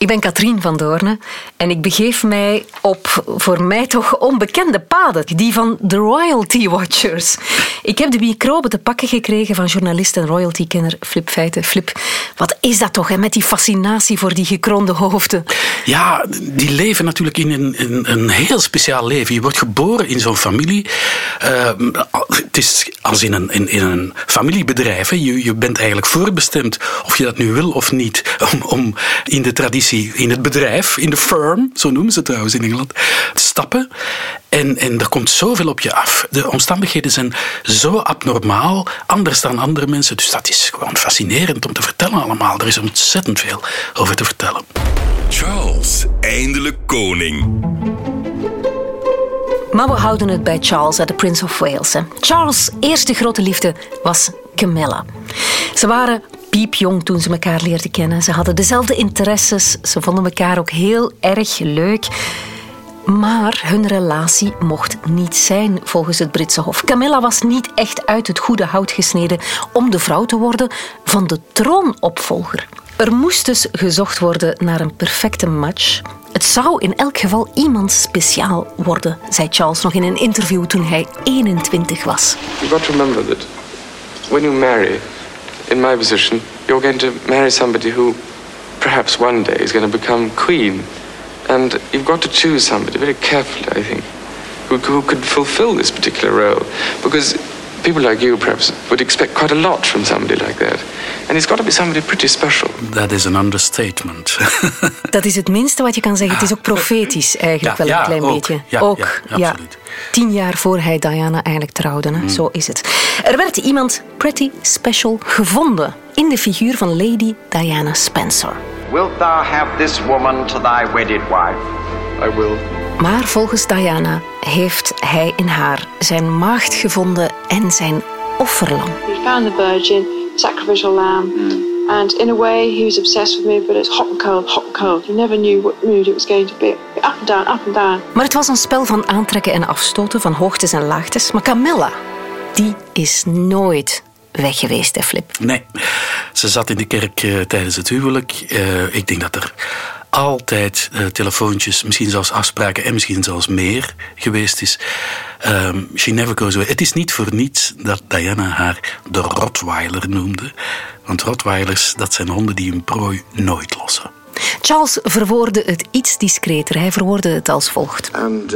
Ik ben Katrien van Doorne en ik begeef mij op voor mij toch onbekende paden, die van de Royalty Watchers. Ik heb de microben te pakken gekregen van journalist en royalty-kenner Flip Feiten. Flip, wat is dat toch, hè, met die fascinatie voor die gekroonde hoofden? Ja, die leven natuurlijk in een heel speciaal leven. Je wordt geboren in zo'n familie. Het is als in een familiebedrijf. Hè. Je bent eigenlijk voorbestemd, of je dat nu wil of niet, om in de traditie, in het bedrijf, in de firm, zo noemen ze het trouwens in Engeland, te stappen. En er komt zoveel op je af. De omstandigheden zijn zo abnormaal, anders dan andere mensen. Dus dat is gewoon fascinerend om te vertellen allemaal. Er is ontzettend veel over te vertellen. Charles, eindelijk koning. Maar we houden het bij Charles, de Prince of Wales. Hè. Charles' eerste grote liefde was Camilla. Ze waren piepjong toen ze elkaar leerden kennen. Ze hadden dezelfde interesses. Ze vonden elkaar ook heel erg leuk. Maar hun relatie mocht niet zijn volgens het Britse Hof. Camilla was niet echt uit het goede hout gesneden om de vrouw te worden van de troonopvolger. Er moest dus gezocht worden naar een perfecte match. Het zou in elk geval iemand speciaal worden, zei Charles nog in een interview toen hij 21 was. You've got to remember that when you marry, in my position, you're going to marry somebody who perhaps one day is going to become queen. And you've got to choose somebody very carefully, I think, who could fulfill this particular role. Because people like you perhaps would expect quite a lot from somebody like that. And it's got to be somebody pretty special. Dat is een understatement. Dat is het minste wat je kan zeggen. Het is ook profetisch eigenlijk wel een klein beetje. Ja, absoluut. 10 jaar voor hij Diana eigenlijk trouwde. Hè? Zo is het. Er werd iemand pretty special gevonden in de figuur van Lady Diana Spencer. Wilt thou have this woman to thy wedded wife? I will. Maar volgens Diana heeft hij in haar zijn maagd gevonden en zijn offerlam. He found the virgin, sacrificial lamb, and in a way he was obsessed with me, but it's hot and cold, hot and cold. You never knew what mood it was going to be. Up and down, up and down. Maar het was een spel van aantrekken en afstoten, van hoogtes en laagtes. Maar Camilla, die is nooit weg geweest, hè, Flip? Nee, ze zat in de kerk tijdens het huwelijk. Ik denk dat er altijd telefoontjes, misschien zelfs afspraken en misschien zelfs meer geweest is. She never goes away. Het is niet voor niets dat Diana haar de Rottweiler noemde. Want Rottweilers, dat zijn honden die hun prooi nooit lossen. Charles verwoordde het iets discreter. Hij verwoordde het als volgt. And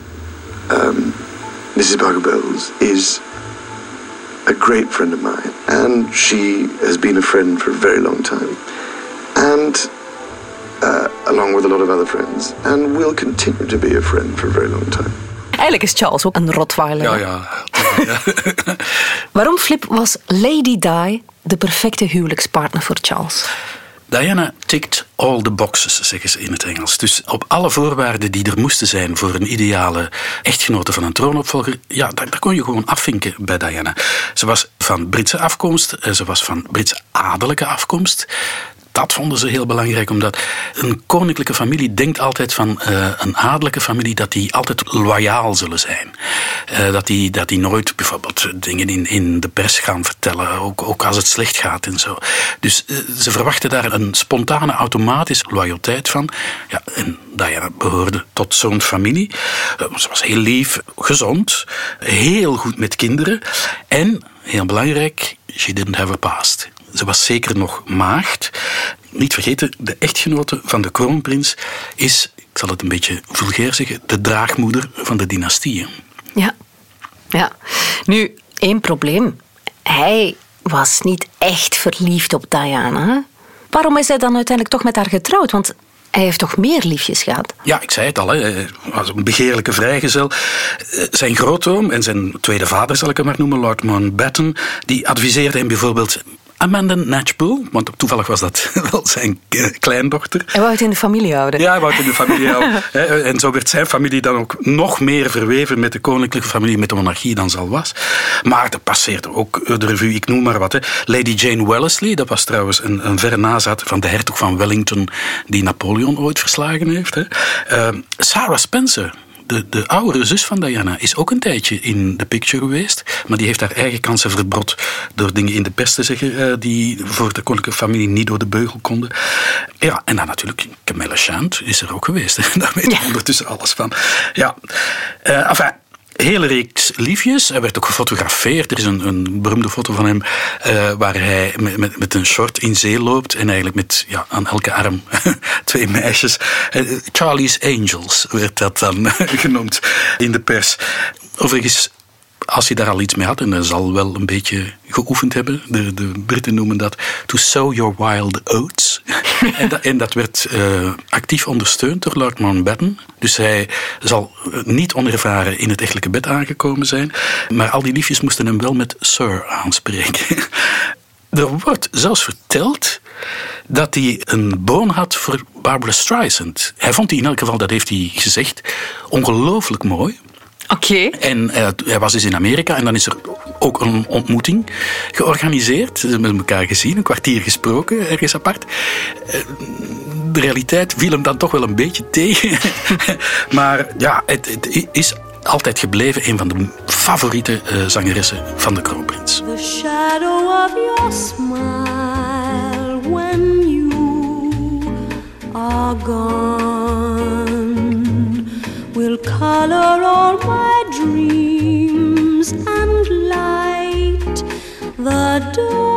Mrs. Parker Bowles is a great friend of mine. And she has been a friend for a very long time. And along with a lot of other friends. And will continue to be a friend for a very long time. Eigenlijk is Charles ook een Rottweiler. Ja. Waarom, Flip, was Lady Di de perfecte huwelijkspartner voor Charles? Diana ticked all the boxes, zeggen ze in het Engels. Dus op alle voorwaarden die er moesten zijn voor een ideale echtgenote van een troonopvolger, ja, daar kon je gewoon afvinken bij Diana. Ze was van Britse afkomst, ze was van Britse adellijke afkomst. Dat vonden ze heel belangrijk, omdat een koninklijke familie denkt altijd van een adellijke familie dat die altijd loyaal zullen zijn. Dat die nooit bijvoorbeeld dingen in de pers gaan vertellen, ook als het slecht gaat en zo. Dus ze verwachten daar een spontane, automatische loyaliteit van. Ja, en Diana behoorde tot zo'n familie. Ze was heel lief, gezond, heel goed met kinderen en, heel belangrijk, she didn't have a past. Ze was zeker nog maagd. Niet vergeten, de echtgenote van de kroonprins is, ik zal het een beetje vulgair zeggen, de draagmoeder van de dynastie. Ja. Nu, 1 probleem. Hij was niet echt verliefd op Diana. Waarom is hij dan uiteindelijk toch met haar getrouwd? Want hij heeft toch meer liefjes gehad? Ja, ik zei het al, hij was een begeerlijke vrijgezel. Zijn grootoom en zijn tweede vader, zal ik hem maar noemen, Lord Mountbatten, die adviseerde hem bijvoorbeeld Amanda Knatchbull, want toevallig was dat wel zijn kleindochter. Hij wou het in de familie houden. Ja, hij wou het in de familie houden. En zo werd zijn familie dan ook nog meer verweven met de koninklijke familie, met de monarchie dan ze al was. Maar er passeerde ook de revue, ik noem maar wat. Lady Jane Wellesley, dat was trouwens een verre nazaat van de hertog van Wellington, die Napoleon ooit verslagen heeft. Sarah Spencer, de oudere zus van Diana is ook een tijdje in the picture geweest, maar die heeft haar eigen kansen verbrot door dingen in de pers te zeggen die voor de koninklijke familie niet door de beugel konden. Ja, en dan natuurlijk Camilla Chant is er ook geweest. Daar weet je ondertussen alles van. Ja, enfin... Hele reeks liefjes. Hij werd ook gefotografeerd. Er is een beroemde foto van hem waar hij met een short in zee loopt en eigenlijk met aan elke arm 2 meisjes. Charlie's Angels werd dat dan genoemd in de pers. Overigens, als je daar al iets mee had, en hij zal wel een beetje geoefend hebben, de Britten noemen dat to sow your wild oats. en dat werd actief ondersteund door Lord Mountbatten. Dus hij zal niet onervaren in het echtelijke bed aangekomen zijn. Maar al die liefjes moesten hem wel met Sir aanspreken. Er wordt zelfs verteld dat hij een boon had voor Barbra Streisand. Hij vond die in elk geval, dat heeft hij gezegd, ongelooflijk mooi. Oké. En hij was dus in Amerika en dan is er ook een ontmoeting georganiseerd. Ze hebben met elkaar gezien, een kwartier gesproken, ergens apart. De realiteit viel hem dan toch wel een beetje tegen. Maar ja, het is altijd gebleven een van de favoriete zangeressen van de kroonprins. The shadow of your smile when you are gone will color all my dreams and light the dawn.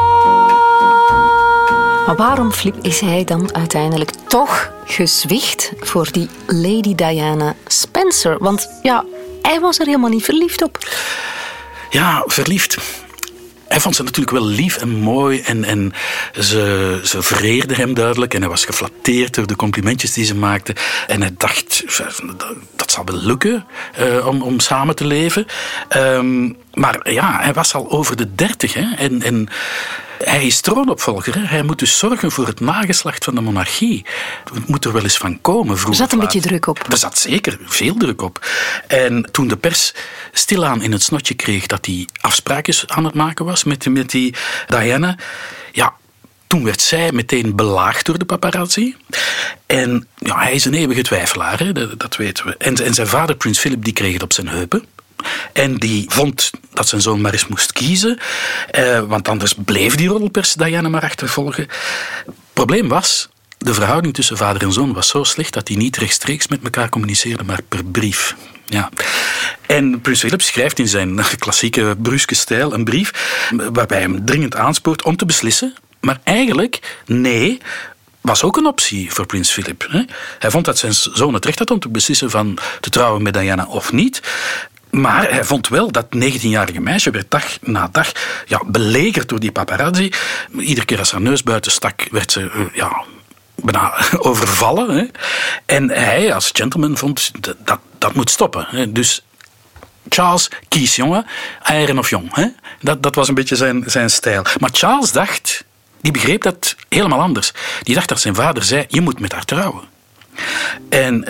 Maar waarom, Flip, is hij dan uiteindelijk toch gezwicht voor die Lady Diana Spencer? Want ja, hij was er helemaal niet verliefd op. Ja, verliefd. Hij vond ze natuurlijk wel lief en mooi en ze vereerde hem duidelijk en hij was geflatteerd door de complimentjes die ze maakte. En hij dacht, dat zal wel lukken om samen te leven. Maar ja, hij was al over de 30 hè, en hij is troonopvolger. Hè. Hij moet dus zorgen voor het nageslacht van de monarchie. Het moet er wel eens van komen. Er zat een beetje druk op. Er zat zeker veel druk op. En toen de pers stilaan in het snotje kreeg dat hij afspraakjes aan het maken was met die Diana, ja, toen werd zij meteen belaagd door de paparazzi. En ja, hij is een eeuwige twijfelaar, hè, dat weten we. En zijn vader, prins Philip, die kreeg het op zijn heupen. En die vond dat zijn zoon maar eens moest kiezen, want anders bleef die roddelpers Diana maar achtervolgen. Het probleem was, de verhouding tussen vader en zoon was zo slecht dat die niet rechtstreeks met elkaar communiceerden, maar per brief. Ja. En prins Philip schrijft in zijn klassieke bruske stijl een brief waarbij hij hem dringend aanspoort om te beslissen. Maar eigenlijk, nee, was ook een optie voor prins Philip. Hij vond dat zijn zoon het recht had om te beslissen van te trouwen met Diana of niet. Maar hij vond wel dat 19-jarige meisje werd dag na dag belegerd door die paparazzi. Iedere keer als haar neus buiten stak, werd ze bijna overvallen. Hè. En hij als gentleman vond dat moet stoppen. Hè. Dus Charles, kies jongen, eieren of jong. Hè. Dat was een beetje zijn stijl. Maar Charles die begreep dat helemaal anders. Die dacht dat zijn vader zei, je moet met haar trouwen. En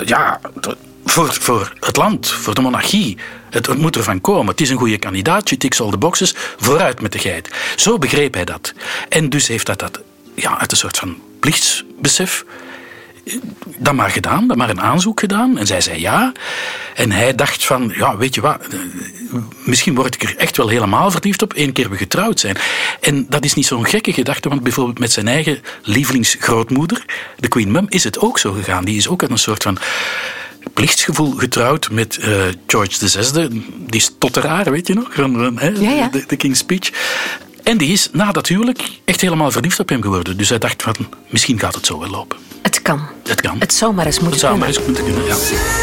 voor het land, voor de monarchie, het moet ervan komen. Het is een goede kandidaat, je tikt all the boxes, vooruit met de geit. Zo begreep hij dat. En dus heeft dat uit een soort van plichtsbesef dat maar gedaan, dat maar een aanzoek gedaan. En zij zei ja. En hij dacht van, weet je wat, misschien word ik er echt wel helemaal verliefd op, 1 keer we getrouwd zijn. En dat is niet zo'n gekke gedachte, want bijvoorbeeld met zijn eigen lievelingsgrootmoeder, de Queen Mum, is het ook zo gegaan. Die is ook uit een soort van plichtsgevoel getrouwd met George VI, die stotteraar, weet je nog, van de King's Speech. En die is na dat huwelijk echt helemaal verliefd op hem geworden. Dus hij dacht van, misschien gaat het zo wel lopen. Het kan. Het kan. Het zou maar eens moeten kunnen. Het zou maar eens moeten kunnen,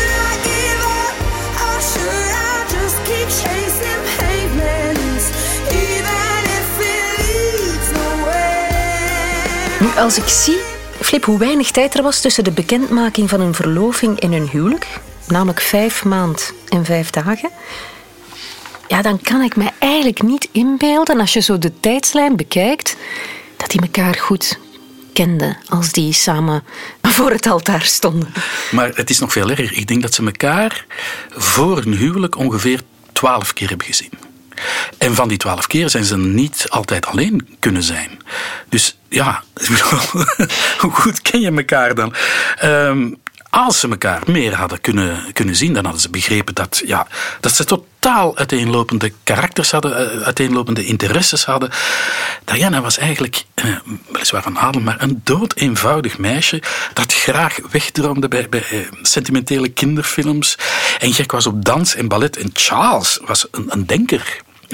ja. Nu, als ik zie, Flip, hoe weinig tijd er was tussen de bekendmaking van hun verloving en hun huwelijk, namelijk 5 maanden en 5 dagen... Ja, dan kan ik me eigenlijk niet inbeelden, als je zo de tijdslijn bekijkt, dat die elkaar goed kenden als die samen voor het altaar stonden. Maar het is nog veel erger. Ik denk dat ze elkaar voor hun huwelijk ongeveer 12 keer hebben gezien. En van die 12 keer zijn ze niet altijd alleen kunnen zijn. Dus ja, hoe goed ken je elkaar dan? als ze elkaar meer hadden kunnen zien, dan hadden ze begrepen dat ze totaal uiteenlopende karakters hadden, uiteenlopende interesses hadden. Diana was eigenlijk, weliswaar van adel, maar een doodeenvoudig meisje dat graag wegdroomde bij sentimentele kinderfilms en gek was op dans en ballet. En Charles was een denker.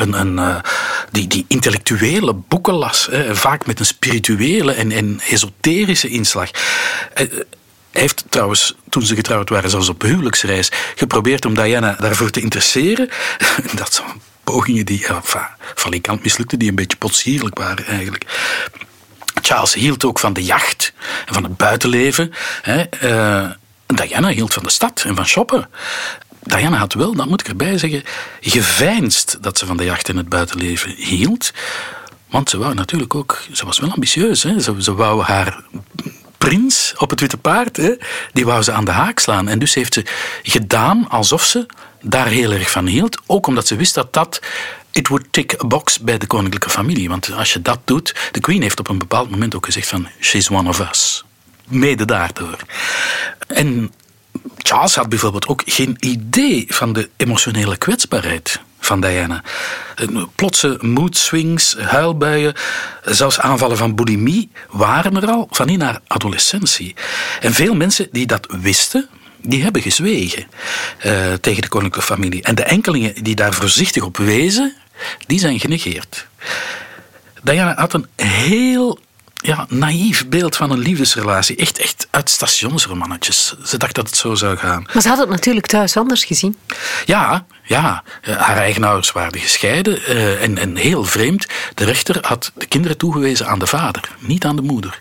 Die intellectuele boeken las, vaak met een spirituele en esoterische inslag. Hij heeft trouwens, toen ze getrouwd waren, zelfs op huwelijksreis, geprobeerd om Diana daarvoor te interesseren. Dat zijn pogingen die valikant mislukten, die een beetje potsierlijk waren eigenlijk. Charles hield ook van de jacht en van het buitenleven. Diana hield van de stad en van shoppen. Diana had wel, dat moet ik erbij zeggen, geveinsd dat ze van de jacht en het buitenleven hield. Want ze wou natuurlijk ook, ze was wel ambitieus. Hè? Ze wou haar prins op het witte paard, die wou ze aan de haak slaan. En dus heeft ze gedaan alsof ze daar heel erg van hield. Ook omdat ze wist dat it would tick a box bij de koninklijke familie. Want als je dat doet, de Queen heeft op een bepaald moment ook gezegd van she's one of us. Mede daardoor. En Charles had bijvoorbeeld ook geen idee van de emotionele kwetsbaarheid van Diana. Plotse mood swings, huilbuien, zelfs aanvallen van bulimie waren er al van in haar adolescentie. En veel mensen die dat wisten, die hebben gezwegen tegen de koninklijke familie. En de enkelingen die daar voorzichtig op wezen, die zijn genegeerd. Diana had een heel naïef beeld van een liefdesrelatie. Echt uit stationsromannetjes. Ze dacht dat het zo zou gaan. Maar ze had het natuurlijk thuis anders gezien. Ja. Haar eigen ouders waren gescheiden en heel vreemd. De rechter had de kinderen toegewezen aan de vader, niet aan de moeder.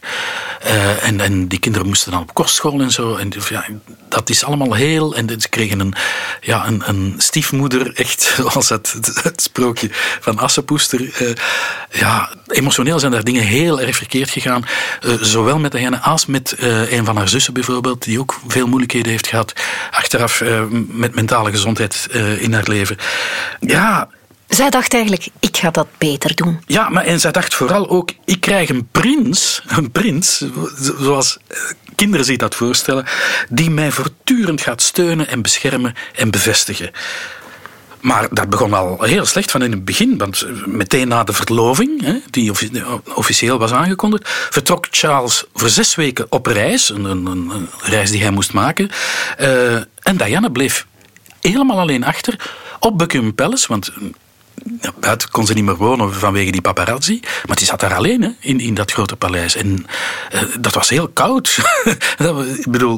En die kinderen moesten dan op kostschool en zo. En dat is allemaal heel... En ze kregen een stiefmoeder, echt zoals het sprookje van Assepoester. Emotioneel zijn daar dingen heel erg verkeerd gegaan. Zowel met Diana als met een van haar zussen bijvoorbeeld, die ook veel moeilijkheden heeft gehad. Achteraf met mentale gezondheid in haar leven. Ja. Zij dacht eigenlijk, ik ga dat beter doen. Ja, en zij dacht vooral ook, ik krijg een prins, zoals kinderen zich dat voorstellen, die mij voortdurend gaat steunen en beschermen en bevestigen. Maar dat begon al heel slecht van in het begin, want meteen na de verloving, die officieel was aangekondigd, vertrok Charles voor 6 weken op reis, een reis die hij moest maken. En Diana bleef helemaal alleen achter op Buckingham Palace, want buiten kon ze niet meer wonen vanwege die paparazzi. Maar die zat daar alleen in dat grote paleis. En dat was heel koud. Ik bedoel,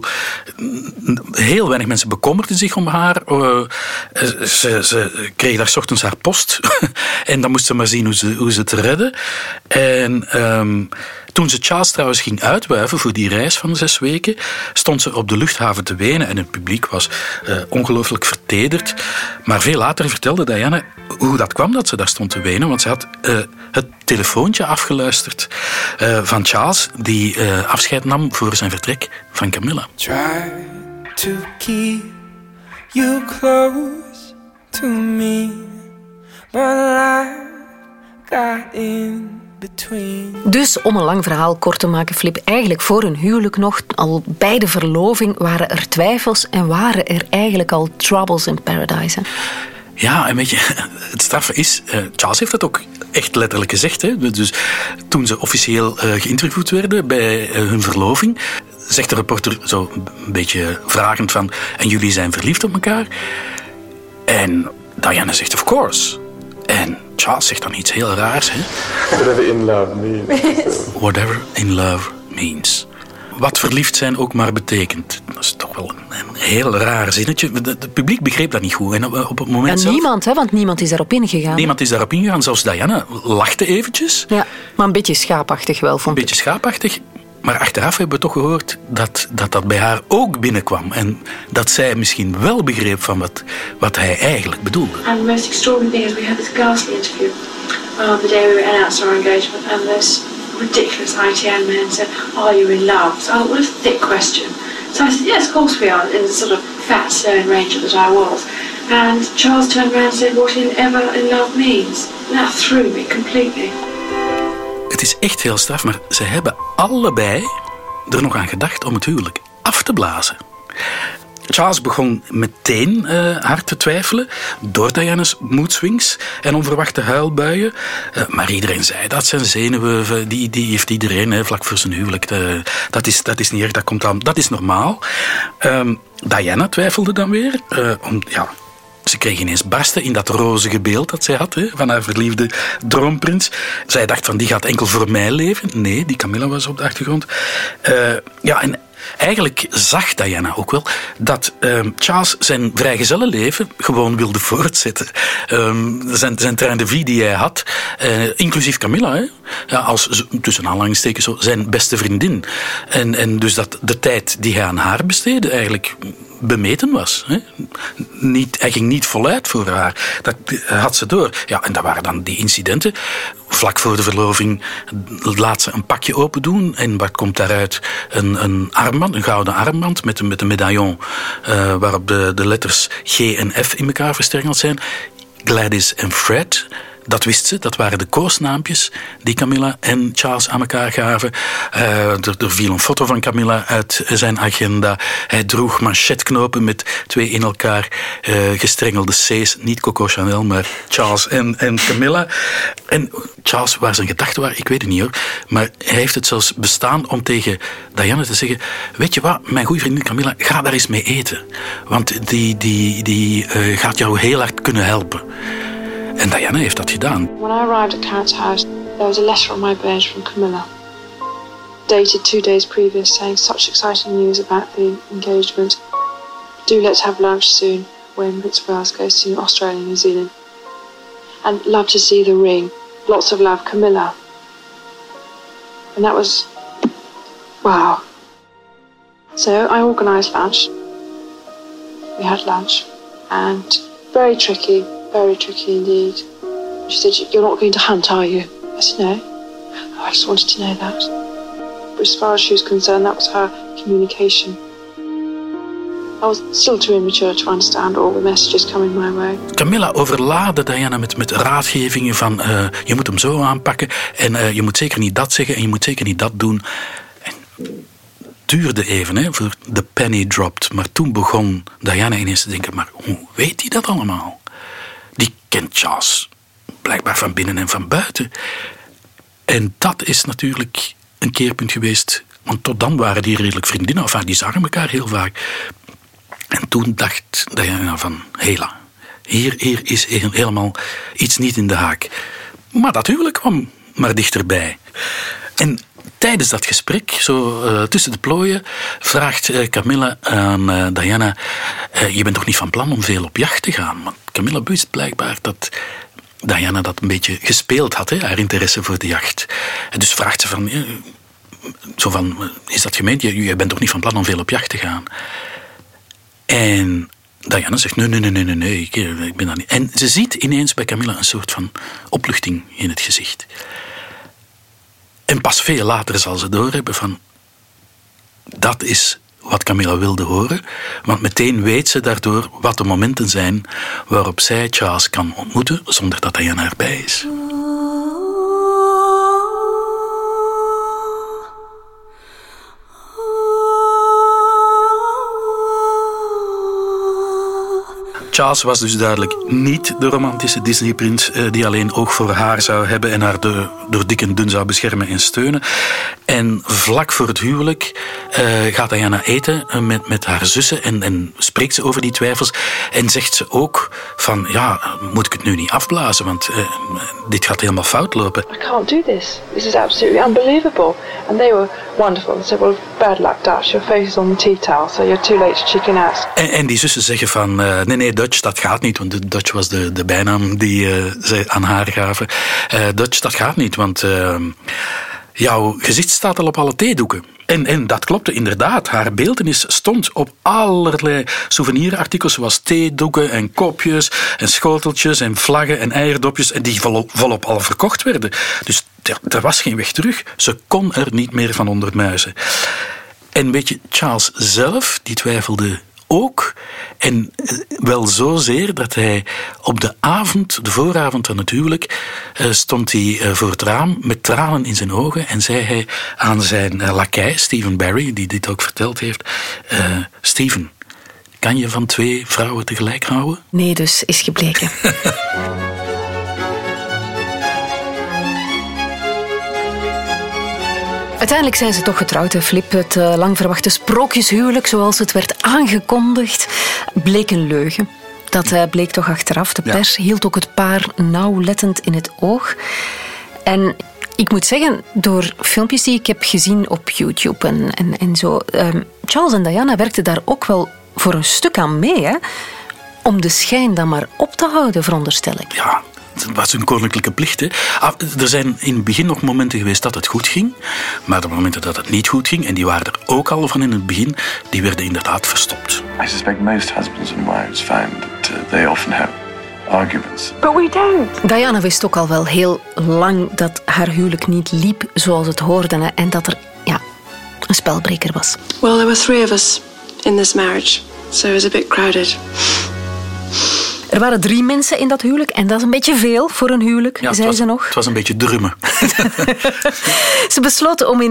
heel weinig mensen bekommerden zich om haar. Ze kreeg daar 's ochtends haar post. En dan moest ze maar zien hoe ze het redden. En toen ze Charles trouwens ging uitwuiven voor die reis van 6 weken, stond ze op de luchthaven te wenen en het publiek was ongelooflijk vertederd. Maar veel later vertelde Diana hoe dat kwam dat ze daar stond te wenen, want ze had het telefoontje afgeluisterd van Charles, die afscheid nam voor zijn vertrek van Camilla. Try to keep you close to me, but life got in between. Dus om een lang verhaal kort te maken, Flip, eigenlijk voor hun huwelijk nog, al bij de verloving, waren er twijfels en waren er eigenlijk al troubles in paradise. Hè? Ja, en weet je, het straffe is, Charles heeft dat ook echt letterlijk gezegd. Hè? Dus toen ze officieel geïnterviewd werden bij hun verloving, zegt de reporter zo een beetje vragend van, en jullie zijn verliefd op elkaar? En Diana zegt, of course. En Charles zegt dan iets heel raars. Hè? Whatever in love means. Whatever in love means. Wat verliefd zijn ook maar betekent. Dat is toch wel een heel raar zinnetje. Het publiek begreep dat niet goed. En op het moment en niemand, hè, want niemand is daarop ingegaan. Niemand is daarop ingegaan. Zelfs Diana lachte eventjes. Ja, maar een beetje schaapachtig wel, vond ik. Een beetje schaapachtig. Maar achteraf hebben we toch gehoord dat bij haar ook binnenkwam. En dat zij misschien wel begreep van wat hij eigenlijk bedoelde. And the most extraordinary thing is we had this ghastly interview the day we were announced our engagement, and this ridiculous ITN man said, "Are you in love?" So I thought, what a thick question. So I said, yes, of course we are, in the sort of fat, stern ranger that I was. And Charles turned around and said, whatever in love means. And that threw me completely. Het is echt heel straf, maar ze hebben allebei er nog aan gedacht om het huwelijk af te blazen. Charles begon meteen hard te twijfelen door Diana's moedswings en onverwachte huilbuien. Maar iedereen zei dat zijn zenuwen, die heeft iedereen vlak voor zijn huwelijk. Dat is niet erg, dat is normaal. Diana twijfelde dan weer. Ze kreeg ineens barsten in dat rozige beeld dat zij had van haar verliefde droomprins. Zij dacht van, die gaat enkel voor mij leven. Nee, die Camilla was op de achtergrond. En eigenlijk zag Diana ook wel dat Charles zijn vrijgezellenleven gewoon wilde voortzetten. Zijn train de vie die hij had, inclusief Camilla, als tussen aanhalingstekens zo, zijn beste vriendin. En dus dat de tijd die hij aan haar besteedde eigenlijk bemeten was. Hij ging niet voluit voor haar. Dat had ze door. Ja, en dat waren dan die incidenten. Vlak voor de verloving laat ze een pakje open doen. En wat komt daaruit? Een armband, een gouden armband met een medaillon waarop de letters G en F in elkaar verstrengeld zijn. Gladys en Fred. Dat wist ze, dat waren de koosnaampjes die Camilla en Charles aan elkaar gaven. Er viel een foto van Camilla uit zijn agenda. Hij droeg manchetknopen met 2 in elkaar gestrengelde C's. Niet Coco Chanel, maar Charles en Camilla. En Charles, waar zijn gedachten waren, ik weet het niet hoor. Maar hij heeft het zelfs bestaan om tegen Diana te zeggen, weet je wat, mijn goede vriendin Camilla, ga daar eens mee eten. Want die gaat jou heel hard kunnen helpen. En Diana heeft dat gedaan. When I arrived at Carrot's house, there was a letter on my bed from Camilla, dated 2 days previous, saying such exciting news about the engagement. Do let's have lunch soon when Prince of Wales goes to Australia and New Zealand. And love to see the ring. Lots of love, Camilla. And that was, wow. So I organised lunch. We had lunch and very tricky indeed. She said, you're not going to hunt, are you? I said, no. I just wanted to know that. But as far as she was concerned, that was her communication. I was still too immature to understand all the messages coming my way. Camilla overlaadde Diana met raadgevingen van je moet hem zo aanpakken en je moet zeker niet dat zeggen en je moet zeker niet dat doen. En duurde even, voor de penny dropped. Maar toen begon Diana ineens te denken, maar hoe weet hij dat allemaal? Die kent Charles blijkbaar van binnen en van buiten. En dat is natuurlijk een keerpunt geweest, want tot dan waren die redelijk vriendinnen, of die zagen elkaar heel vaak. En toen dacht Diana van, hela, hier is helemaal iets niet in de haak. Maar dat huwelijk kwam maar dichterbij. En tijdens dat gesprek, zo tussen de plooien, vraagt Camilla aan Diana, je bent toch niet van plan om veel op jacht te gaan? Want Camilla wist blijkbaar dat Diana dat een beetje gespeeld had, haar interesse voor de jacht. En dus vraagt ze van, is dat gemeend? Je bent toch niet van plan om veel op jacht te gaan? En Diana zegt, nee, ik ben dat niet. En ze ziet ineens bij Camilla een soort van opluchting in het gezicht. En pas veel later zal ze doorhebben van, dat is wat Camilla wilde horen. Want meteen weet ze daardoor wat de momenten zijn waarop zij Charles kan ontmoeten zonder dat Diana erbij is. Charles was dus duidelijk niet de romantische Disney-prins die alleen oog voor haar zou hebben en haar door dik en dun zou beschermen en steunen. En vlak voor het huwelijk gaat Diana eten met haar zussen en spreekt ze over die twijfels en zegt ze ook van, moet ik het nu niet afblazen, want dit gaat helemaal fout lopen. I can't do this. This is absolutely unbelievable. And they were wonderful. They said, well, bad luck, Dutch. Your face is on the tea towel, so you're too late to chicken out. En die zussen zeggen van, nee, Dutch, dat gaat niet, want de Dutch was de bijnaam die ze aan haar gaven. Dutch, dat gaat niet, want jouw gezicht staat al op alle theedoeken. En dat klopte inderdaad. Haar beeltenis stond op allerlei souvenirartikels, zoals theedoeken en kopjes en schoteltjes en vlaggen en eierdopjes, en die volop al verkocht werden. Dus er was geen weg terug. Ze kon er niet meer van onder muizen. En weet je, Charles zelf, die twijfelde ook. En wel zozeer dat hij op de vooravond van het huwelijk, stond hij voor het raam met tranen in zijn ogen en zei hij aan zijn lakij, Stephen Barry, die dit ook verteld heeft, Stephen, kan je van 2 vrouwen tegelijk houden? Nee, dus is gebleken. Uiteindelijk zijn ze toch getrouwd, hè, Flip. Het lang verwachte sprookjeshuwelijk, zoals het werd aangekondigd, bleek een leugen. Dat bleek toch achteraf. De pers hield ook het paar nauwlettend in het oog. En ik moet zeggen, door filmpjes die ik heb gezien op YouTube en zo, Charles en Diana werkten daar ook wel voor een stuk aan mee, hè? Om de schijn dan maar op te houden, veronderstel ik. Ja, het was een koninklijke plicht. Hè. Er zijn in het begin nog momenten geweest dat het goed ging, maar de momenten dat het niet goed ging, en die waren er ook al van in het begin, die werden inderdaad verstopt. I suspect most husbands and wives find that they often have arguments. But we don't. Diana wist ook al wel heel lang dat haar huwelijk niet liep zoals het hoorde, hè, en dat er een spelbreker was. Well, there were 3 of us in this marriage, so it was a bit crowded. Er waren 3 mensen in dat huwelijk en dat is een beetje veel voor een huwelijk, zei ze nog. Het was een beetje drummen. Ze besloten om in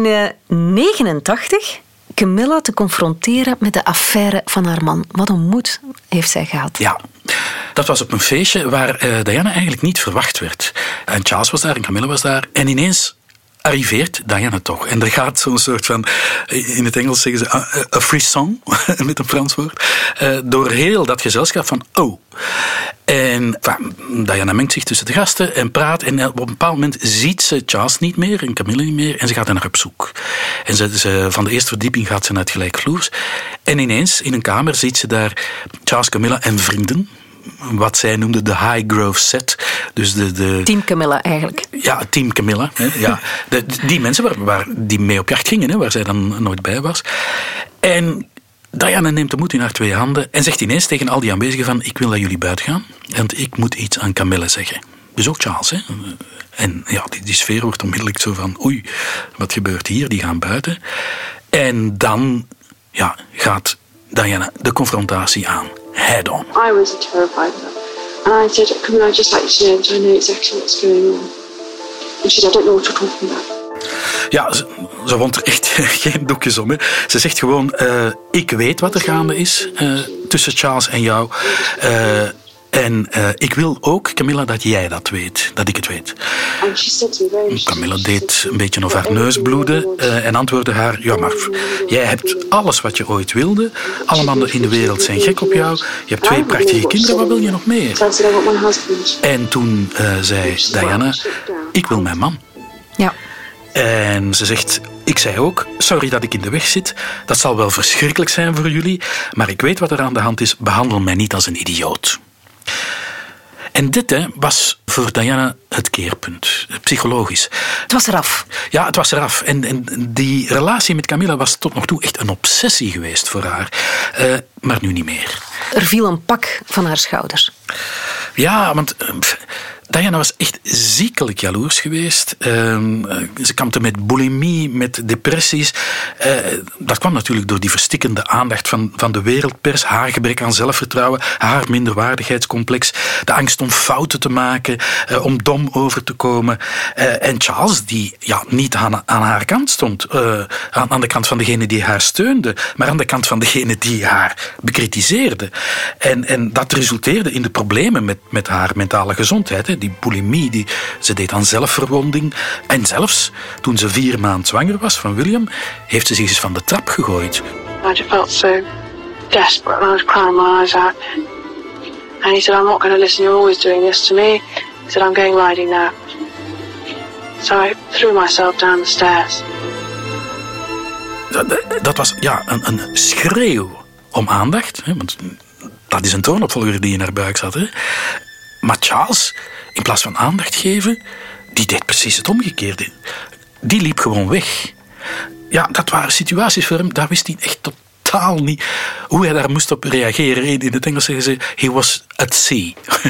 1989 Camilla te confronteren met de affaire van haar man. Wat een moed heeft zij gehad. Ja, dat was op een feestje waar Diana eigenlijk niet verwacht werd. En Charles was daar en Camilla was daar. En ineens arriveert Diana toch. En er gaat zo'n soort van, in het Engels zeggen ze, een frisson, met een Frans woord, door heel dat gezelschap van, oh. En Diana mengt zich tussen de gasten en praat. En op een bepaald moment ziet ze Charles niet meer en Camilla niet meer. En ze gaat er naar op zoek. En ze van de eerste verdieping gaat ze naar het gelijkvloers. En ineens, in een kamer, ziet ze daar Charles, Camilla en vrienden. Wat zij noemde de High Grove set. Dus de Team Camilla eigenlijk. Ja, Team Camilla. Hè, ja. Die mensen waar die mee op jacht gingen, hè, waar zij dan nooit bij was. En Diana neemt de moed in haar 2 handen en zegt ineens tegen al die aanwezigen van, ik wil dat jullie buiten gaan, want ik moet iets aan Camilla zeggen. Dus ook Charles. Hè. En ja, die sfeer wordt onmiddellijk zo van, oei, wat gebeurt hier? Die gaan buiten. En dan gaat Diana de confrontatie aan. Head on. I was terrified of her. And I said, Camilla, I'd just like you to know that I know exactly what's going on. And she said, I don't know what you're talking about. Ja, ze wond er echt geen doekjes om. Hè. Ze zegt gewoon, ik weet wat er gaande is tussen Charles en jou. En ik wil ook, Camilla, dat jij dat weet. Dat ik het weet. Camilla deed een beetje over haar neus bloeden en antwoordde haar, ja, maar jij hebt alles wat je ooit wilde. Alle mannen in de wereld zijn gek op jou. Je hebt 2 prachtige kinderen, wat wil je nog meer? En toen zei Diana, ik wil mijn man. Ja. En ze zegt, ik zei ook, sorry dat ik in de weg zit. Dat zal wel verschrikkelijk zijn voor jullie. Maar ik weet wat er aan de hand is. Behandel mij niet als een idioot. En dit was voor Diana het keerpunt, psychologisch. Het was eraf. Ja, het was eraf. En die relatie met Camilla was tot nog toe echt een obsessie geweest voor haar. Maar nu niet meer. Er viel een pak van haar schouders. Ja, want Diana was echt ziekelijk jaloers geweest. Ze kampte met bulimie, met depressies. Dat kwam natuurlijk door die verstikkende aandacht van de wereldpers. Haar gebrek aan zelfvertrouwen, haar minderwaardigheidscomplex. De angst om fouten te maken, om dom over te komen. En Charles, die niet aan haar kant stond. Aan de kant van degene die haar steunde, maar aan de kant van degene die haar bekritiseerde. En dat resulteerde in de problemen met haar mentale gezondheid. Die bulimie, ze deed aan zelfverwonding. En zelfs toen ze 4 maanden zwanger was van William, heeft ze zich eens van de trap gegooid. I just felt so desperate and I was crying my eyes out. And he said, I'm not going to listen, you're always doing this to me. He said, I'm going riding now. So I threw myself down the stairs. Dat was een schreeuw om aandacht. Hè, want dat is een troonopvolger die in haar buik zat. Hè. Maar Charles, in plaats van aandacht geven, die deed precies het omgekeerde. Die liep gewoon weg. Ja, dat waren situaties voor hem, daar wist hij echt totaal niet hoe hij daar moest op reageren. In het Engels zeggen ze, he was at sea.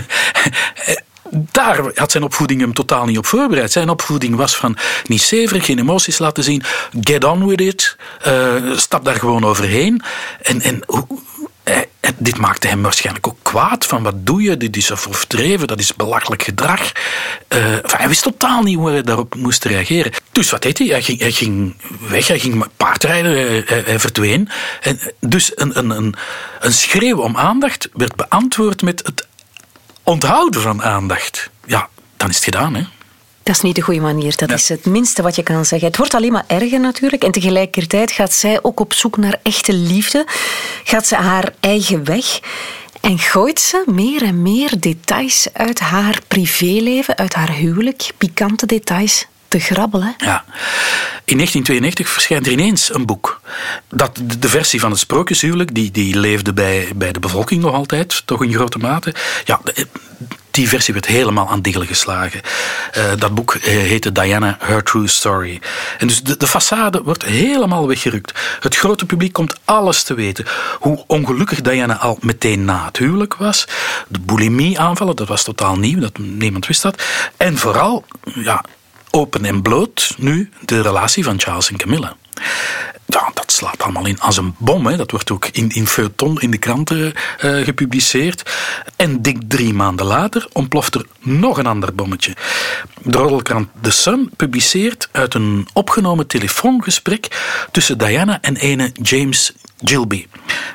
Daar had zijn opvoeding hem totaal niet op voorbereid. Zijn opvoeding was van niet zeverig, geen emoties laten zien. Get on with it. Stap daar gewoon overheen. En En dit maakte hem waarschijnlijk ook kwaad. Van wat doe je? Dit is overdreven, dat is belachelijk gedrag. Hij wist totaal niet hoe hij daarop moest reageren. Dus wat deed hij? Hij ging weg, hij ging paardrijden, hij verdween. En dus een schreeuw om aandacht werd beantwoord met het onthouden van aandacht. Ja, dan is het gedaan, hè. Dat is niet de goede manier. Dat is het minste wat je kan zeggen. Het wordt alleen maar erger natuurlijk. En tegelijkertijd gaat zij ook op zoek naar echte liefde. Gaat ze haar eigen weg. En gooit ze meer en meer details uit haar privéleven, uit haar huwelijk. Pikante details te grabbelen. Ja. In 1992 verschijnt er ineens een boek. Dat de versie van het sprookjeshuwelijk, die leefde bij de bevolking nog altijd, toch in grote mate. Ja, die versie werd helemaal aan diggelen geslagen. Dat boek heette Diana, Her True Story. En dus de façade wordt helemaal weggerukt. Het grote publiek komt alles te weten. Hoe ongelukkig Diana al meteen na het huwelijk was. De bulimie-aanvallen, dat was totaal nieuw, niemand wist dat. En vooral, ja, open en bloot nu de relatie van Charles en Camilla. Ja, dat slaat allemaal in als een bom. Hè. Dat wordt ook in feuilleton in de kranten gepubliceerd. En dik 3 maanden later ontploft er nog een ander bommetje. De roddelkrant The Sun publiceert uit een opgenomen telefoongesprek tussen Diana en ene James Gilby.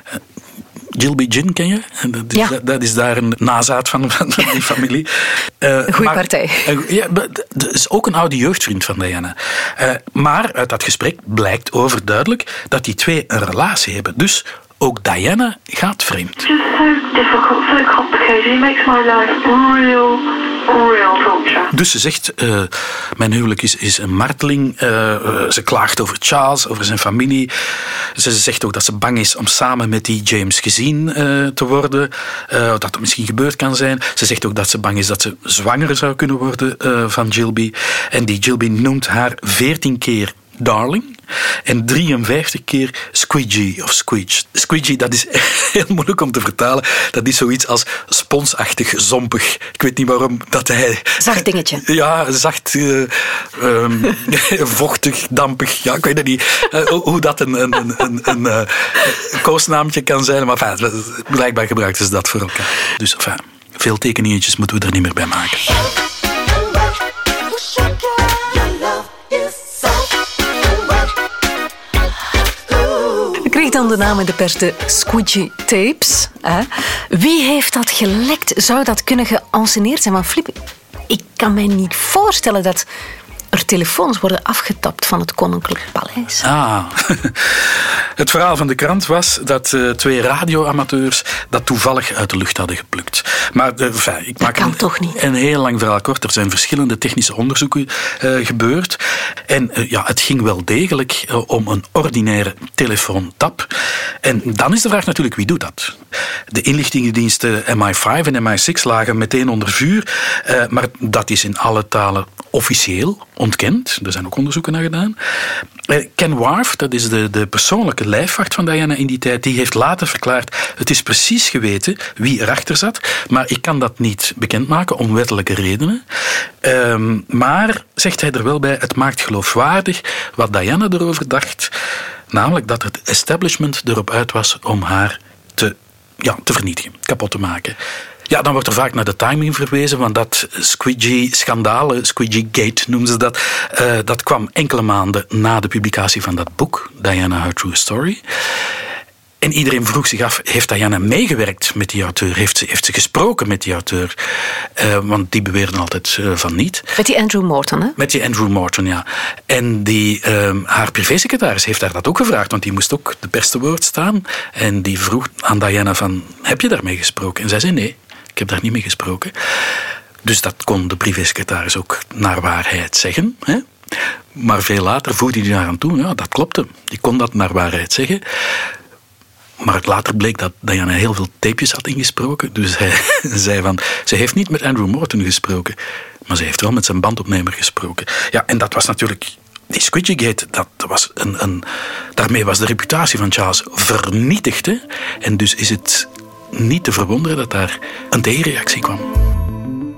Gilby Gin, ken je? Dat is daar een nazaat van die familie. Een goede partij. Dat is ook een oude jeugdvriend van Diana. Maar uit dat gesprek blijkt overduidelijk dat die twee een relatie hebben. Dus ook Diana gaat vreemd. It's just so difficult, so complicated. It makes my life real torture. Dus ze zegt, mijn huwelijk is een marteling. Ze klaagt over Charles, over zijn familie. Ze zegt ook dat ze bang is om samen met die James gezien te worden. Dat het misschien gebeurd kan zijn. Ze zegt ook dat ze bang is dat ze zwanger zou kunnen worden van Gilby. En die Gilby noemt haar 14 keer darling en 53 keer squidgy of squidge. Squidgy, dat is heel moeilijk om te vertalen. Dat is zoiets als sponsachtig, zompig. Ik weet niet waarom dat hij... Zacht dingetje. Ja, zacht, vochtig, dampig. Ja, ik weet het niet hoe dat een koosnaamtje kan zijn. Maar enfin, blijkbaar gebruikten ze dat voor elkaar. Dus enfin, veel tekeningetjes moeten we er niet meer bij maken. Kreeg dan de naam in de pers de Squidgy Tapes. Wie heeft dat gelekt? Zou dat kunnen geanceneerd zijn? Want Flip, ik kan mij niet voorstellen dat er telefoons worden afgetapt van het Koninklijk Paleis. Het verhaal van de krant was dat 2 radioamateurs dat toevallig uit de lucht hadden geplukt. Maar ik maak een heel lang verhaal kort. Er zijn verschillende technische onderzoeken gebeurd. En het ging wel degelijk om een ordinaire telefoontap. En dan is de vraag natuurlijk, wie doet dat? De inlichtingendiensten MI5 en MI6 lagen meteen onder vuur. Maar dat is in alle talen officieel ontkend. Er zijn ook onderzoeken naar gedaan. Ken Wharf, dat is de persoonlijke lijfwacht van Diana in die tijd, die heeft later verklaard, het is precies geweten wie erachter zat, maar ik kan dat niet bekendmaken om wettelijke redenen. Maar, zegt hij er wel bij, het maakt geloofwaardig wat Diana erover dacht, namelijk dat het establishment erop uit was om haar te vernietigen, kapot te maken. Ja, dan wordt er vaak naar de timing verwezen, want dat Squidgy-schandaal, Squidgy-gate noemen ze dat, dat kwam enkele maanden na de publicatie van dat boek, Diana, Her True Story. En iedereen vroeg zich af, heeft Diana meegewerkt met die auteur? Heeft ze gesproken met die auteur? Want die beweerden altijd van niet. Met die Andrew Morton, hè? Met die Andrew Morton, ja. En haar privésecretaris heeft haar dat ook gevraagd, want die moest ook de pers te woord staan. En die vroeg aan Diana van, heb je daarmee gesproken? En zij zei, nee, ik heb daar niet mee gesproken. Dus dat kon de privésecretaris ook naar waarheid zeggen, hè? Maar veel later voegde hij daar aan toe, ja, dat klopte. Die kon dat naar waarheid zeggen. Maar later bleek dat Diana heel veel tapejes had ingesproken. Dus hij zei van, ze heeft niet met Andrew Morton gesproken, maar ze heeft wel met zijn bandopnemer gesproken. Ja, en dat was natuurlijk... Die Squidgygate, dat was daarmee was de reputatie van Charles vernietigd. Hè? En dus is het niet te verwonderen dat daar een tegenreactie kwam.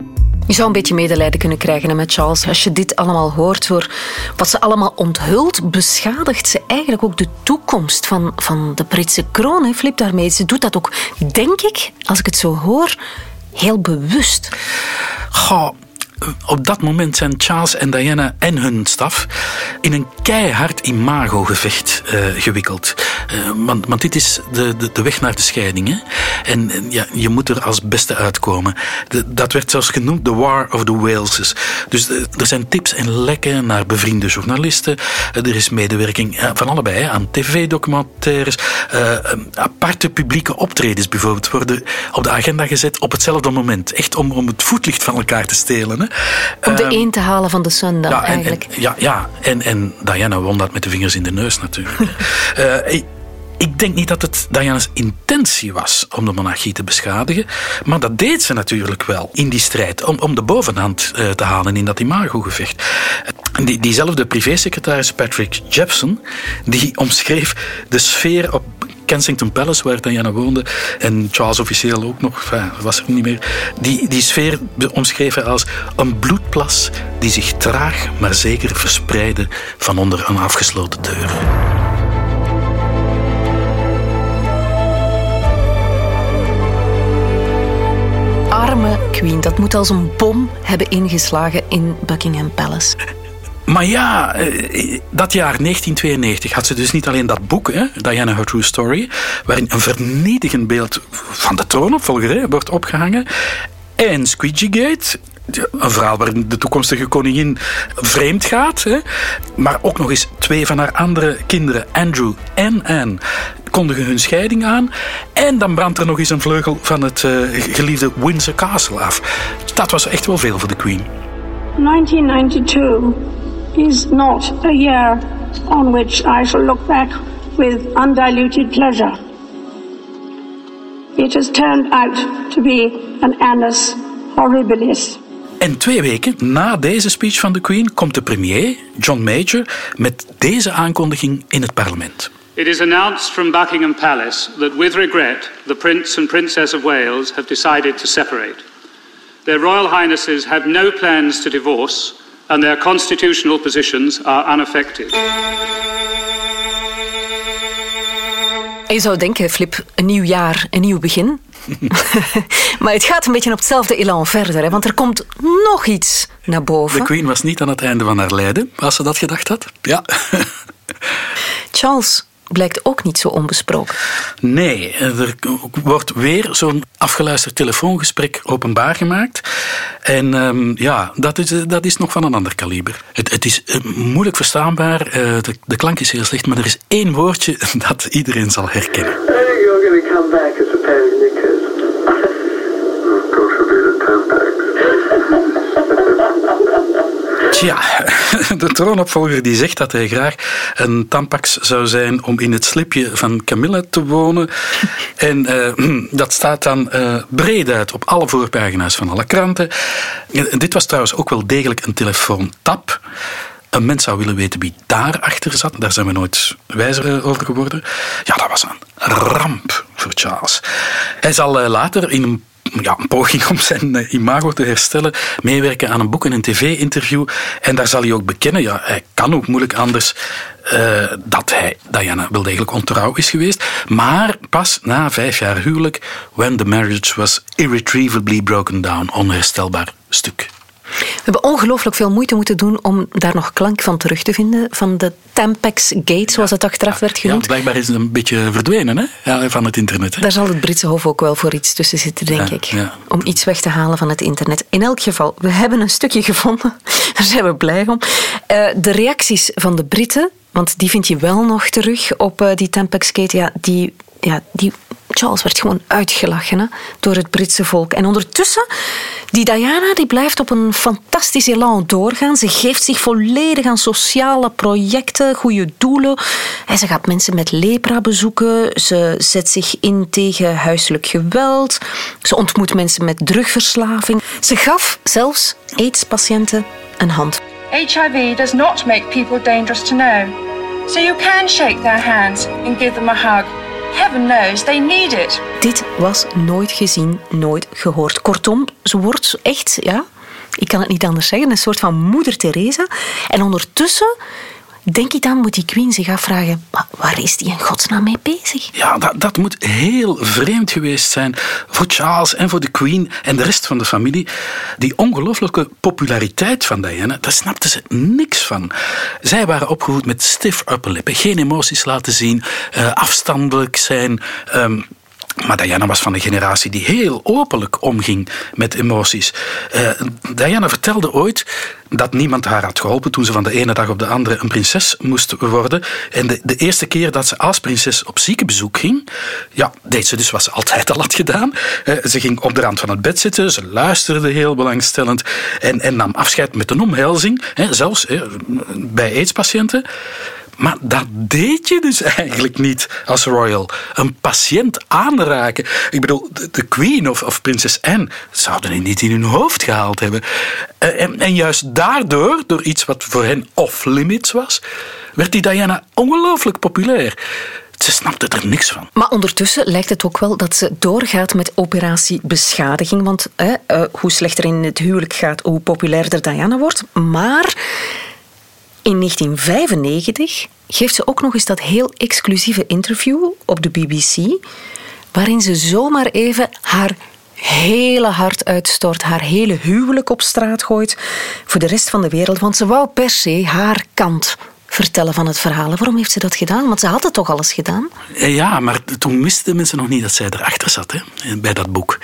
Je zou een beetje medelijden kunnen krijgen met Charles. Als je dit allemaal hoort, voor wat ze allemaal onthult, beschadigt ze eigenlijk ook de toekomst van de Britse kroon. Hè, Flip, daarmee. Ze doet dat ook, denk ik, als ik het zo hoor, heel bewust. Goh, op dat moment zijn Charles en Diana en hun staf in een keihard imagogevecht gewikkeld. Want dit is de weg naar de scheiding. Hè? En ja, je moet er als beste uitkomen. Dat werd zelfs genoemd de War of the Waleses. Dus er zijn tips en lekken naar bevriende journalisten. Er is medewerking van allebei aan tv-documentaires. Aparte publieke optredens bijvoorbeeld worden op de agenda gezet op hetzelfde moment. Echt om het voetlicht van elkaar te stelen. Hè? Om de een te halen van de Sun dan, eigenlijk. En Diana won dat met de vingers in de neus natuurlijk. Ik denk niet dat het Diana's intentie was om de monarchie te beschadigen, maar dat deed ze natuurlijk wel in die strijd om de bovenhand te halen in dat imagogevecht. Diezelfde privésecretaris Patrick Jepson, die omschreef de sfeer op Kensington Palace, waar Diana woonde, en Charles officieel ook nog, was er niet meer, die sfeer omschreven als een bloedplas die zich traag maar zeker verspreidde van onder een afgesloten deur. Arme Queen, dat moet als een bom hebben ingeslagen in Buckingham Palace. Maar ja, dat jaar 1992 had ze dus niet alleen dat boek, hè, Diana Her True Story, waarin een vernietigend beeld van de troonopvolger wordt opgehangen, en Squeegeegate, een verhaal waarin de toekomstige koningin vreemd gaat, hè, maar ook nog eens 2 van haar andere kinderen, Andrew en Anne, kondigen hun scheiding aan. En dan brandt er nog eens een vleugel van het geliefde Windsor Castle af. Dat was echt wel veel voor de Queen. 1992 is not a year on which I shall look back with undiluted pleasure. It has turned out to be an annus horribilis. En 2 weken na deze speech van de Queen komt de premier, John Major, met deze aankondiging in het parlement. It is announced from Buckingham Palace that with regret the Prince and Princess of Wales have decided to separate. Their Royal Highnesses have no plans to divorce and their constitutional positions are unaffected. Je zou denken, Flip, een nieuw jaar, een nieuw begin. Maar het gaat een beetje op hetzelfde elan verder, hè, want er komt nog iets naar boven. De Queen was niet aan het einde van haar lijden, als ze dat gedacht had. Ja. Charles blijkt ook niet zo onbesproken. Nee, er wordt weer zo'n afgeluisterd telefoongesprek openbaar gemaakt. En dat is nog van een ander kaliber. Het is moeilijk verstaanbaar, de klank is heel slecht, maar er is 1 woordje dat iedereen zal herkennen. You're going to come back, I suppose, because God forbid a Tampax. Tja, de troonopvolger die zegt dat hij graag een Tampax zou zijn om in het slipje van Camilla te wonen. En dat staat dan breed uit op alle voorpagina's van alle kranten. Dit was trouwens ook wel degelijk een telefoontap. Een mens zou willen weten wie daarachter zat. Daar zijn we nooit wijzer over geworden. Ja, dat was een ramp voor Charles. Hij zal later in een poging om zijn imago te herstellen, meewerken aan een boek en een tv-interview. En daar zal hij ook bekennen, hij kan ook moeilijk anders, dat hij Diana wel degelijk ontrouw is geweest. Maar pas na 5 jaar huwelijk, when the marriage was irretrievably broken down, onherstelbaar stuk. We hebben ongelooflijk veel moeite moeten doen om daar nog klank van terug te vinden, van de Tampax Gate, zoals het achteraf werd genoemd. Ja, blijkbaar is het een beetje verdwenen, hè? Ja, van het internet. Hè? Daar zal het Britse Hof ook wel voor iets tussen zitten, denk ik. Ja. Om iets weg te halen van het internet. In elk geval, we hebben een stukje gevonden. Daar zijn we blij om. De reacties van de Britten, want die vind je wel nog terug op die Tampax Gate, die Charles werd gewoon uitgelachen, hè, door het Britse volk. En ondertussen, die Diana die blijft op een fantastisch elan doorgaan. Ze geeft zich volledig aan sociale projecten, goede doelen. En ze gaat mensen met lepra bezoeken. Ze zet zich in tegen huiselijk geweld. Ze ontmoet mensen met drugverslaving. Ze gaf zelfs AIDS-patiënten een hand. HIV does not make people dangerous to know. So you can shake their hands and give them a hug. Heaven knows they need it. Dit was nooit gezien, nooit gehoord. Kortom, ze wordt echt Ik kan het niet anders zeggen. Een soort van moeder Teresa. En ondertussen, denk ik dan, moet die queen zich afvragen, waar is die in godsnaam mee bezig? Ja, dat moet heel vreemd geweest zijn voor Charles en voor de queen en de rest van de familie. Die ongelooflijke populariteit van Diana, daar snapten ze niks van. Zij waren opgevoed met stiff upper lip, geen emoties laten zien, afstandelijk zijn. Maar Diana was van de generatie die heel openlijk omging met emoties. Diana vertelde ooit dat niemand haar had geholpen toen ze van de ene dag op de andere een prinses moest worden. En de eerste keer dat ze als prinses op ziekenbezoek ging, ja, deed ze dus wat ze altijd al had gedaan. Ze ging op de rand van het bed zitten, ze luisterde heel belangstellend en nam afscheid met een omhelzing, zelfs bij AIDS-patiënten. Maar dat deed je dus eigenlijk niet als royal. Een patiënt aanraken. Ik bedoel, de queen of prinses Anne zouden die niet in hun hoofd gehaald hebben. En juist daardoor, door iets wat voor hen off-limits was, werd die Diana ongelooflijk populair. Ze snapte er niks van. Maar ondertussen lijkt het ook wel dat ze doorgaat met operatie beschadiging. Want hoe slechter in het huwelijk gaat, hoe populairder Diana wordt. Maar in 1995 geeft ze ook nog eens dat heel exclusieve interview op de BBC, waarin ze zomaar even haar hele hart uitstort, haar hele huwelijk op straat gooit voor de rest van de wereld, want ze wou per se haar kant vertellen van het verhaal. Waarom heeft ze dat gedaan? Want ze had het toch alles gedaan? Ja, maar toen wisten de mensen nog niet dat zij erachter zat, bij dat boek.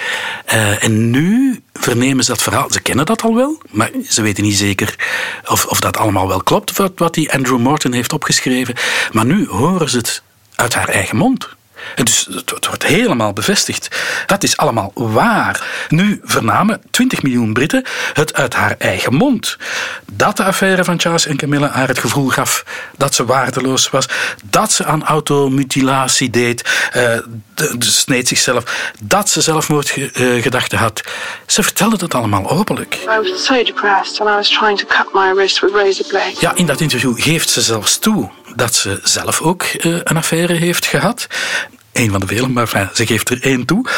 En nu vernemen ze dat verhaal. Ze kennen dat al wel, maar ze weten niet zeker of dat allemaal wel klopt, wat die Andrew Morton heeft opgeschreven. Maar nu horen ze het uit haar eigen mond. En dus het wordt helemaal bevestigd. Dat is allemaal waar. Nu vernamen 20 miljoen Britten het uit haar eigen mond. Dat de affaire van Charles en Camilla haar het gevoel gaf dat ze waardeloos was, dat ze aan automutilatie deed, sneed zichzelf, dat ze zelfmoordgedachten had. Ze vertelde het allemaal openlijk. I was so depressed and I was trying to cut my wrist with razor blades. Ja, in dat interview geeft ze zelfs toe dat ze zelf ook een affaire heeft gehad. Eén van de vele, maar ze geeft er één toe.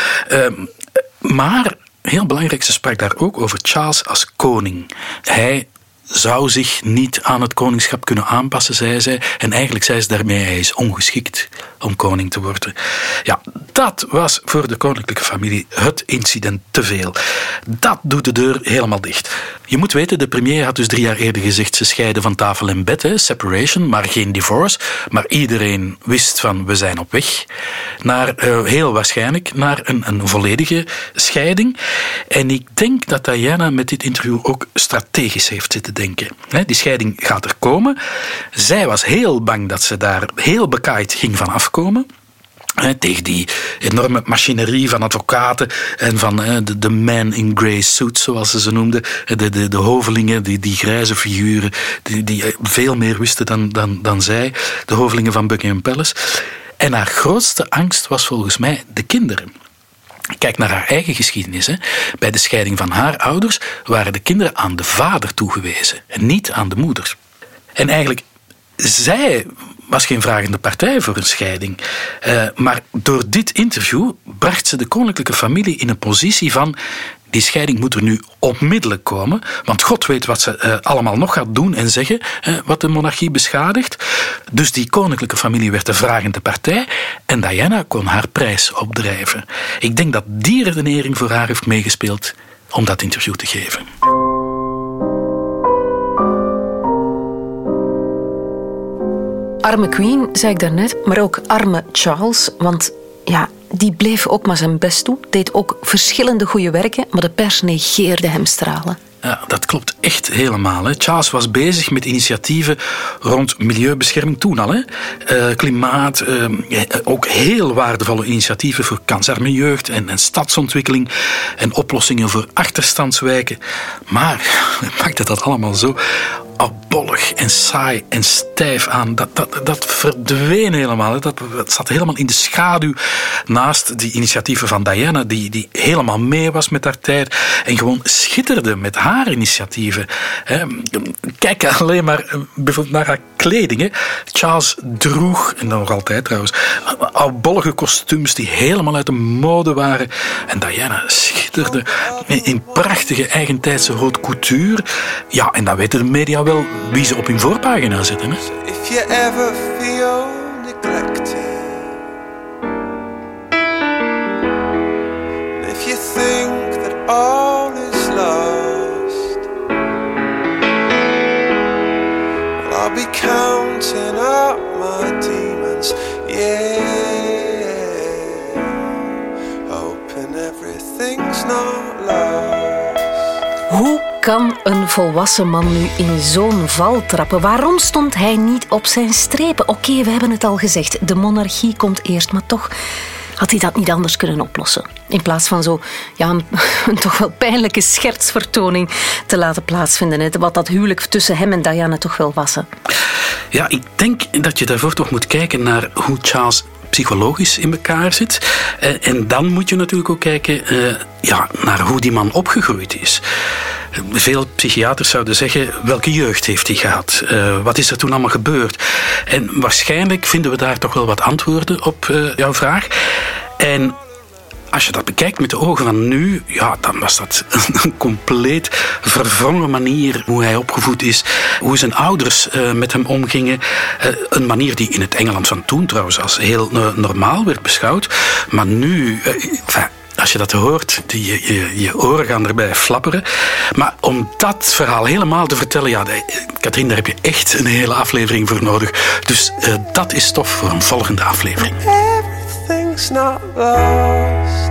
Maar, heel belangrijk, ze sprak daar ook over Charles als koning. Hij zou zich niet aan het koningschap kunnen aanpassen, zei zij. En eigenlijk zei ze daarmee, hij is ongeschikt om koning te worden. Ja, dat was voor de koninklijke familie het incident te veel. Dat doet de deur helemaal dicht. Je moet weten, de premier had dus 3 jaar eerder gezegd, ze scheiden van tafel en bed, separation, maar geen divorce. Maar iedereen wist van, we zijn op weg naar, heel waarschijnlijk, naar een volledige scheiding. En ik denk dat Diana met dit interview ook strategisch heeft zitten denken. Die scheiding gaat er komen. Zij was heel bang dat ze daar heel bekaaid ging van afkomen. Tegen die enorme machinerie van advocaten en van de man in grey suits, zoals ze noemden. De hovelingen, die grijze figuren, die veel meer wisten dan zij. De hovelingen van Buckingham Palace. En haar grootste angst was volgens mij de kinderen. Kijk naar haar eigen geschiedenis. Bij de scheiding van haar ouders waren de kinderen aan de vader toegewezen en niet aan de moeder. En eigenlijk, zij was geen vragende partij voor een scheiding. Maar door dit interview bracht ze de koninklijke familie in een positie van, die scheiding moet er nu onmiddellijk komen, want God weet wat ze allemaal nog gaat doen en zeggen, wat de monarchie beschadigt. Dus die koninklijke familie werd de vragende partij en Diana kon haar prijs opdrijven. Ik denk dat die redenering voor haar heeft meegespeeld om dat interview te geven. Arme Queen, zei ik daarnet, maar ook arme Charles, want ja, die bleef ook maar zijn best doen, deed ook verschillende goede werken, maar de pers negeerde hem stralen. Ja, dat klopt echt helemaal. Charles was bezig met initiatieven rond milieubescherming toen al. Klimaat, ook heel waardevolle initiatieven voor kansarme jeugd en stadsontwikkeling en oplossingen voor achterstandswijken. Maar hij pakte dat allemaal zo opbollig en saai en stijf aan. Dat verdween helemaal. Dat zat helemaal in de schaduw naast die initiatieven van Diana, die helemaal mee was met haar tijd en gewoon schitterde met haar initiatieven. Kijk alleen maar bijvoorbeeld naar haar kleding. Hè. Charles droeg, en dan nog altijd trouwens, oudbollige kostuums die helemaal uit de mode waren. En Diana schitterde in prachtige eigentijdse haute couture. Ja, en dan weten de media wel wie ze op hun voorpagina zetten. Hè. If you ever feel neglected, if you think that all is lost, well, I'll be counting up my demons, yeah, hoping everything's not lost. Hoe kan een volwassen man nu in zo'n val trappen? Waarom stond hij niet op zijn strepen? Oké, we hebben het al gezegd, de monarchie komt eerst, maar toch had hij dat niet anders kunnen oplossen. In plaats van zo een toch wel pijnlijke schertsvertoning te laten plaatsvinden. Hè? Wat dat huwelijk tussen hem en Diana toch wel was. Hè? Ja, ik denk dat je daarvoor toch moet kijken naar hoe Charles psychologisch in elkaar zit. En dan moet je natuurlijk ook kijken naar hoe die man opgegroeid is. Veel psychiaters zouden zeggen, welke jeugd heeft hij gehad? Wat is er toen allemaal gebeurd? En waarschijnlijk vinden we daar toch wel wat antwoorden op jouw vraag. En als je dat bekijkt met de ogen van nu, ja, dan was dat een compleet verwrongen manier hoe hij opgevoed is, hoe zijn ouders met hem omgingen. Een manier die in het Engeland van toen trouwens als heel normaal werd beschouwd. Maar nu, als je dat hoort, je oren gaan erbij flapperen. Maar om dat verhaal helemaal te vertellen, ja, Katrien, daar heb je echt een hele aflevering voor nodig. Dus dat is stof voor een volgende aflevering. Everything's not lost.